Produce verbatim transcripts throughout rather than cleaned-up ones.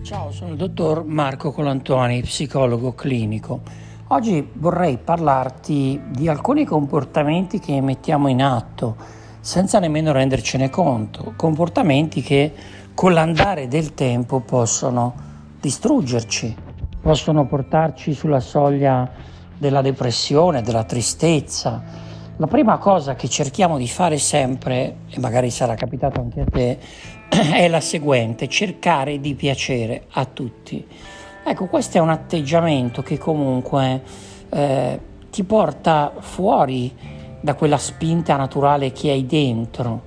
Ciao, sono il dottor Marco Colantoni, psicologo clinico. Oggi vorrei parlarti di alcuni comportamenti che mettiamo in atto senza nemmeno rendercene conto, comportamenti che con l'andare del tempo possono distruggerci, possono portarci sulla soglia della depressione, della tristezza. La prima cosa che cerchiamo di fare sempre, e magari sarà capitato anche a te, è la seguente: cercare di piacere a tutti. Ecco, questo è un atteggiamento che comunque eh, ti porta fuori da quella spinta naturale che hai dentro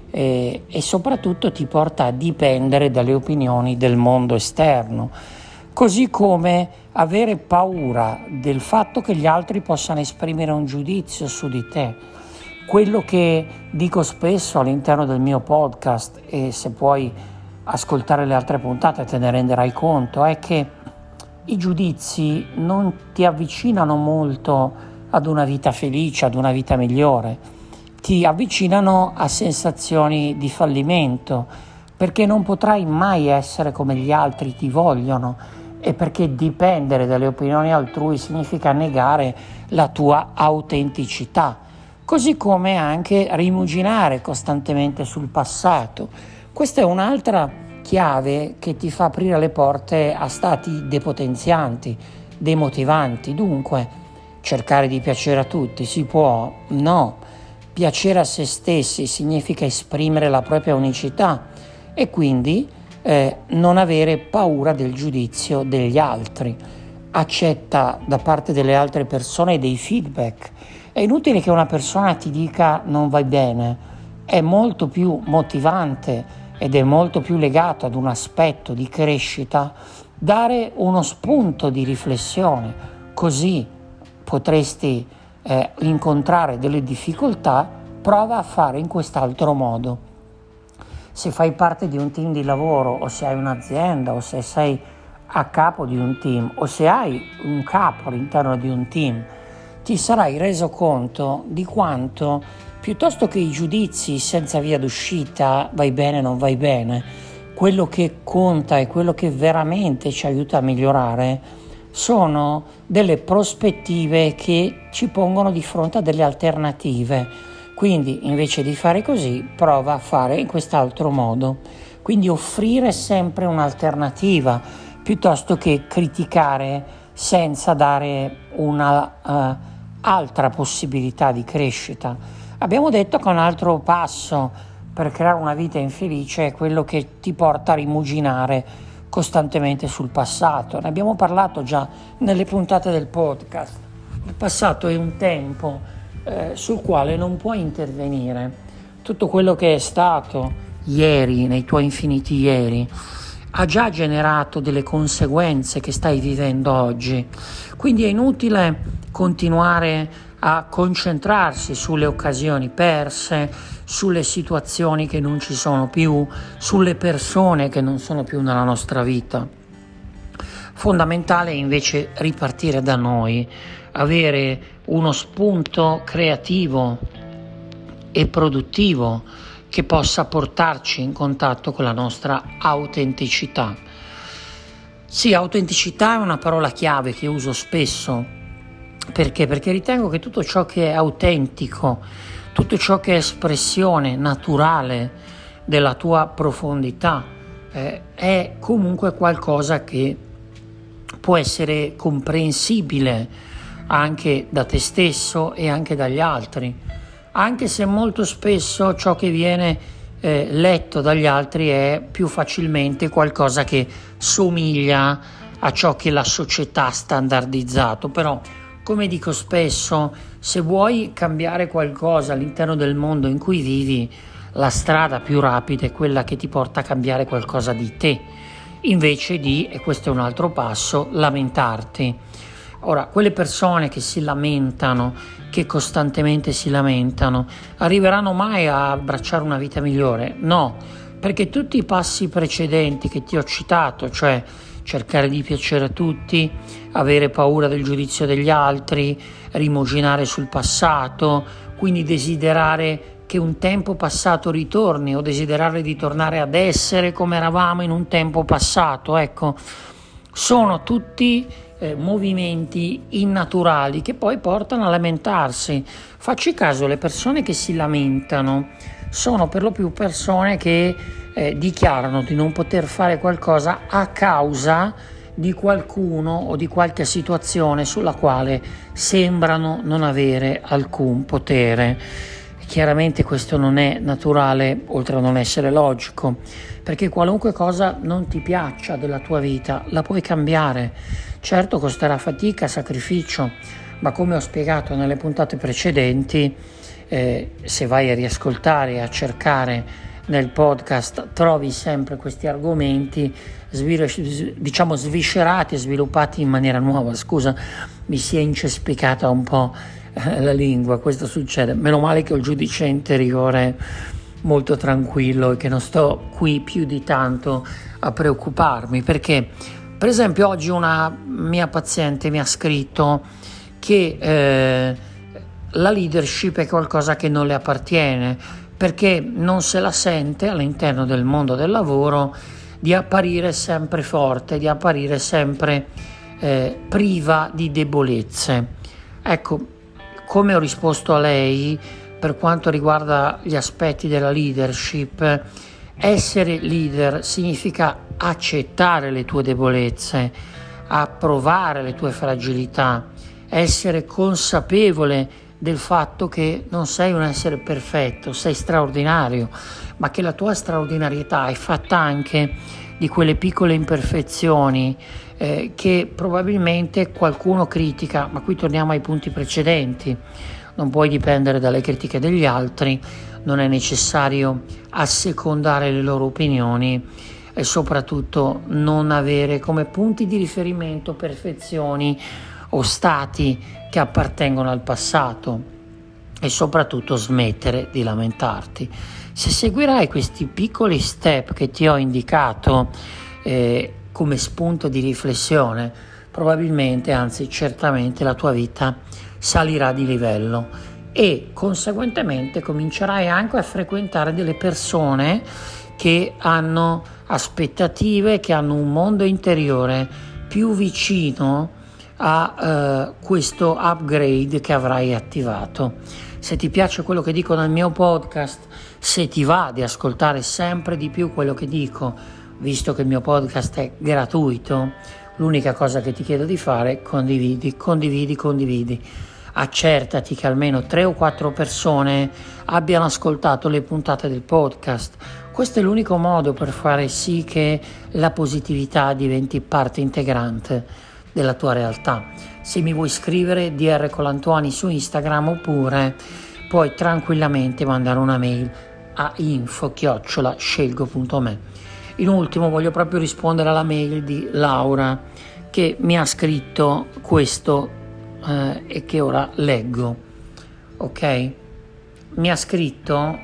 eh, e soprattutto ti porta a dipendere dalle opinioni del mondo esterno, così come avere paura del fatto che gli altri possano esprimere un giudizio su di te. Quello che dico spesso all'interno del mio podcast, e se puoi ascoltare le altre puntate te ne renderai conto, è che i giudizi non ti avvicinano molto ad una vita felice, ad una vita migliore, ti avvicinano a sensazioni di fallimento, perché non potrai mai essere come gli altri ti vogliono, e perché dipendere dalle opinioni altrui significa negare la tua autenticità. Così come anche rimuginare costantemente sul passato. Questa è un'altra chiave che ti fa aprire le porte a stati depotenzianti, demotivanti. Dunque, cercare di piacere a tutti si può? No. Piacere a se stessi significa esprimere la propria unicità e quindi eh, non avere paura del giudizio degli altri. Accetta da parte delle altre persone dei feedback. È inutile che una persona ti dica non vai bene, è molto più motivante ed è molto più legato ad un aspetto di crescita dare uno spunto di riflessione, così potresti eh, incontrare delle difficoltà, prova a fare in quest'altro modo. Se fai parte di un team di lavoro o se hai un'azienda o se sei a capo di un team o se hai un capo all'interno di un team, ti sarai reso conto di quanto, piuttosto che i giudizi senza via d'uscita, vai bene, non vai bene, quello che conta e quello che veramente ci aiuta a migliorare sono delle prospettive che ci pongono di fronte a delle alternative. Quindi invece di fare così, prova a fare in quest'altro modo. Quindi offrire sempre un'alternativa piuttosto che criticare senza dare una uh, altra possibilità di crescita. Abbiamo detto che un altro passo per creare una vita infelice è quello che ti porta a rimuginare costantemente sul passato. Ne abbiamo parlato già nelle puntate del podcast. Il passato è un tempo eh, sul quale non puoi intervenire. Tutto quello che è stato ieri, nei tuoi infiniti ieri, ha già generato delle conseguenze che stai vivendo oggi. Quindi è inutile continuare a concentrarsi sulle occasioni perse, sulle situazioni che non ci sono più, sulle persone che non sono più nella nostra vita. Fondamentale è invece ripartire da noi, avere uno spunto creativo e produttivo che possa portarci in contatto con la nostra autenticità. Sì, autenticità è una parola chiave che uso spesso. Perché? Perché ritengo che tutto ciò che è autentico, tutto ciò che è espressione naturale della tua profondità, eh, è comunque qualcosa che può essere comprensibile anche da te stesso e anche dagli altri, anche se molto spesso ciò che viene eh, letto dagli altri è più facilmente qualcosa che somiglia a ciò che la società ha standardizzato. Però, come dico spesso, se vuoi cambiare qualcosa all'interno del mondo in cui vivi, la strada più rapida è quella che ti porta a cambiare qualcosa di te, invece di, e questo è un altro passo, lamentarti. Ora, quelle persone che si lamentano, che costantemente si lamentano, arriveranno mai a abbracciare una vita migliore? No, perché tutti i passi precedenti che ti ho citato, cioè cercare di piacere a tutti, avere paura del giudizio degli altri, rimuginare sul passato, quindi desiderare che un tempo passato ritorni o desiderare di tornare ad essere come eravamo in un tempo passato. Ecco, sono tutti eh, movimenti innaturali che poi portano a lamentarsi. Facci caso, le persone che si lamentano sono per lo più persone che eh, dichiarano di non poter fare qualcosa a causa di qualcuno o di qualche situazione sulla quale sembrano non avere alcun potere. Chiaramente questo non è naturale, oltre a non essere logico, perché qualunque cosa non ti piaccia della tua vita la puoi cambiare. Certo, costerà fatica, sacrificio, ma come ho spiegato nelle puntate precedenti, eh, se vai a riascoltare e a cercare nel podcast trovi sempre questi argomenti svir- diciamo sviscerati e sviluppati in maniera nuova. Scusa, mi si è incespicata un po' la lingua, questo succede. Meno male che ho il giudice interiore molto tranquillo e che non sto qui più di tanto a preoccuparmi, perché per esempio oggi una mia paziente mi ha scritto che eh, la leadership è qualcosa che non le appartiene, perché non se la sente all'interno del mondo del lavoro di apparire sempre forte, di apparire sempre eh, priva di debolezze. Ecco, come ho risposto a lei per quanto riguarda gli aspetti della leadership, essere leader significa accettare le tue debolezze, approvare le tue fragilità, essere consapevole del fatto che non sei un essere perfetto, sei straordinario, ma che la tua straordinarietà è fatta anche di quelle piccole imperfezioni eh, che probabilmente qualcuno critica, ma qui torniamo ai punti precedenti. Non puoi dipendere dalle critiche degli altri, non è necessario assecondare le loro opinioni e soprattutto non avere come punti di riferimento perfezioni o stati che appartengono al passato, e soprattutto smettere di lamentarti. Se seguirai questi piccoli step che ti ho indicato eh, come spunto di riflessione, probabilmente, anzi certamente, la tua vita salirà di livello e conseguentemente comincerai anche a frequentare delle persone che hanno aspettative, che hanno un mondo interiore più vicino a uh, questo upgrade che avrai attivato. Se ti piace quello che dico nel mio podcast, se ti va di ascoltare sempre di più quello che dico, visto che il mio podcast è gratuito, l'unica cosa che ti chiedo di fare è condividi, condividi, condividi. Accertati che almeno tre o quattro persone abbiano ascoltato le puntate del podcast. Questo è l'unico modo per fare sì che la positività diventi parte integrante della tua realtà. Se mi vuoi scrivere D R Colantuoni su Instagram, oppure puoi tranquillamente mandare una mail a info chiocciola scelgo punto me. In ultimo voglio proprio rispondere alla mail di Laura che mi ha scritto questo eh, e che ora leggo. Ok? Mi ha scritto: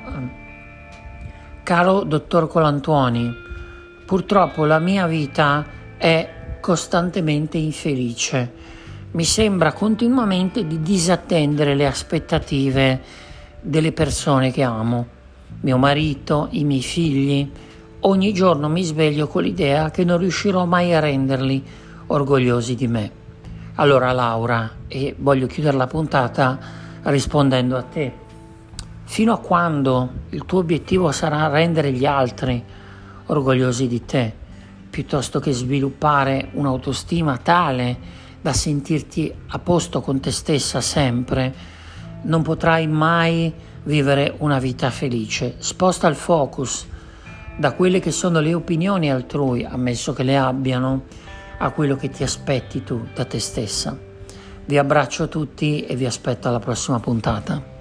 caro dottor Colantuoni, purtroppo la mia vita è costantemente infelice. Mi sembra continuamente di disattendere le aspettative delle persone che amo, mio marito, i miei figli. Ogni giorno mi sveglio con l'idea che non riuscirò mai a renderli orgogliosi di me. Allora Laura, e voglio chiudere la puntata rispondendo a te, fino a quando il tuo obiettivo sarà rendere gli altri orgogliosi di te, piuttosto che sviluppare un'autostima tale da sentirti a posto con te stessa sempre, non potrai mai vivere una vita felice. Sposta il focus da quelle che sono le opinioni altrui, ammesso che le abbiano, a quello che ti aspetti tu da te stessa. Vi abbraccio tutti e vi aspetto alla prossima puntata.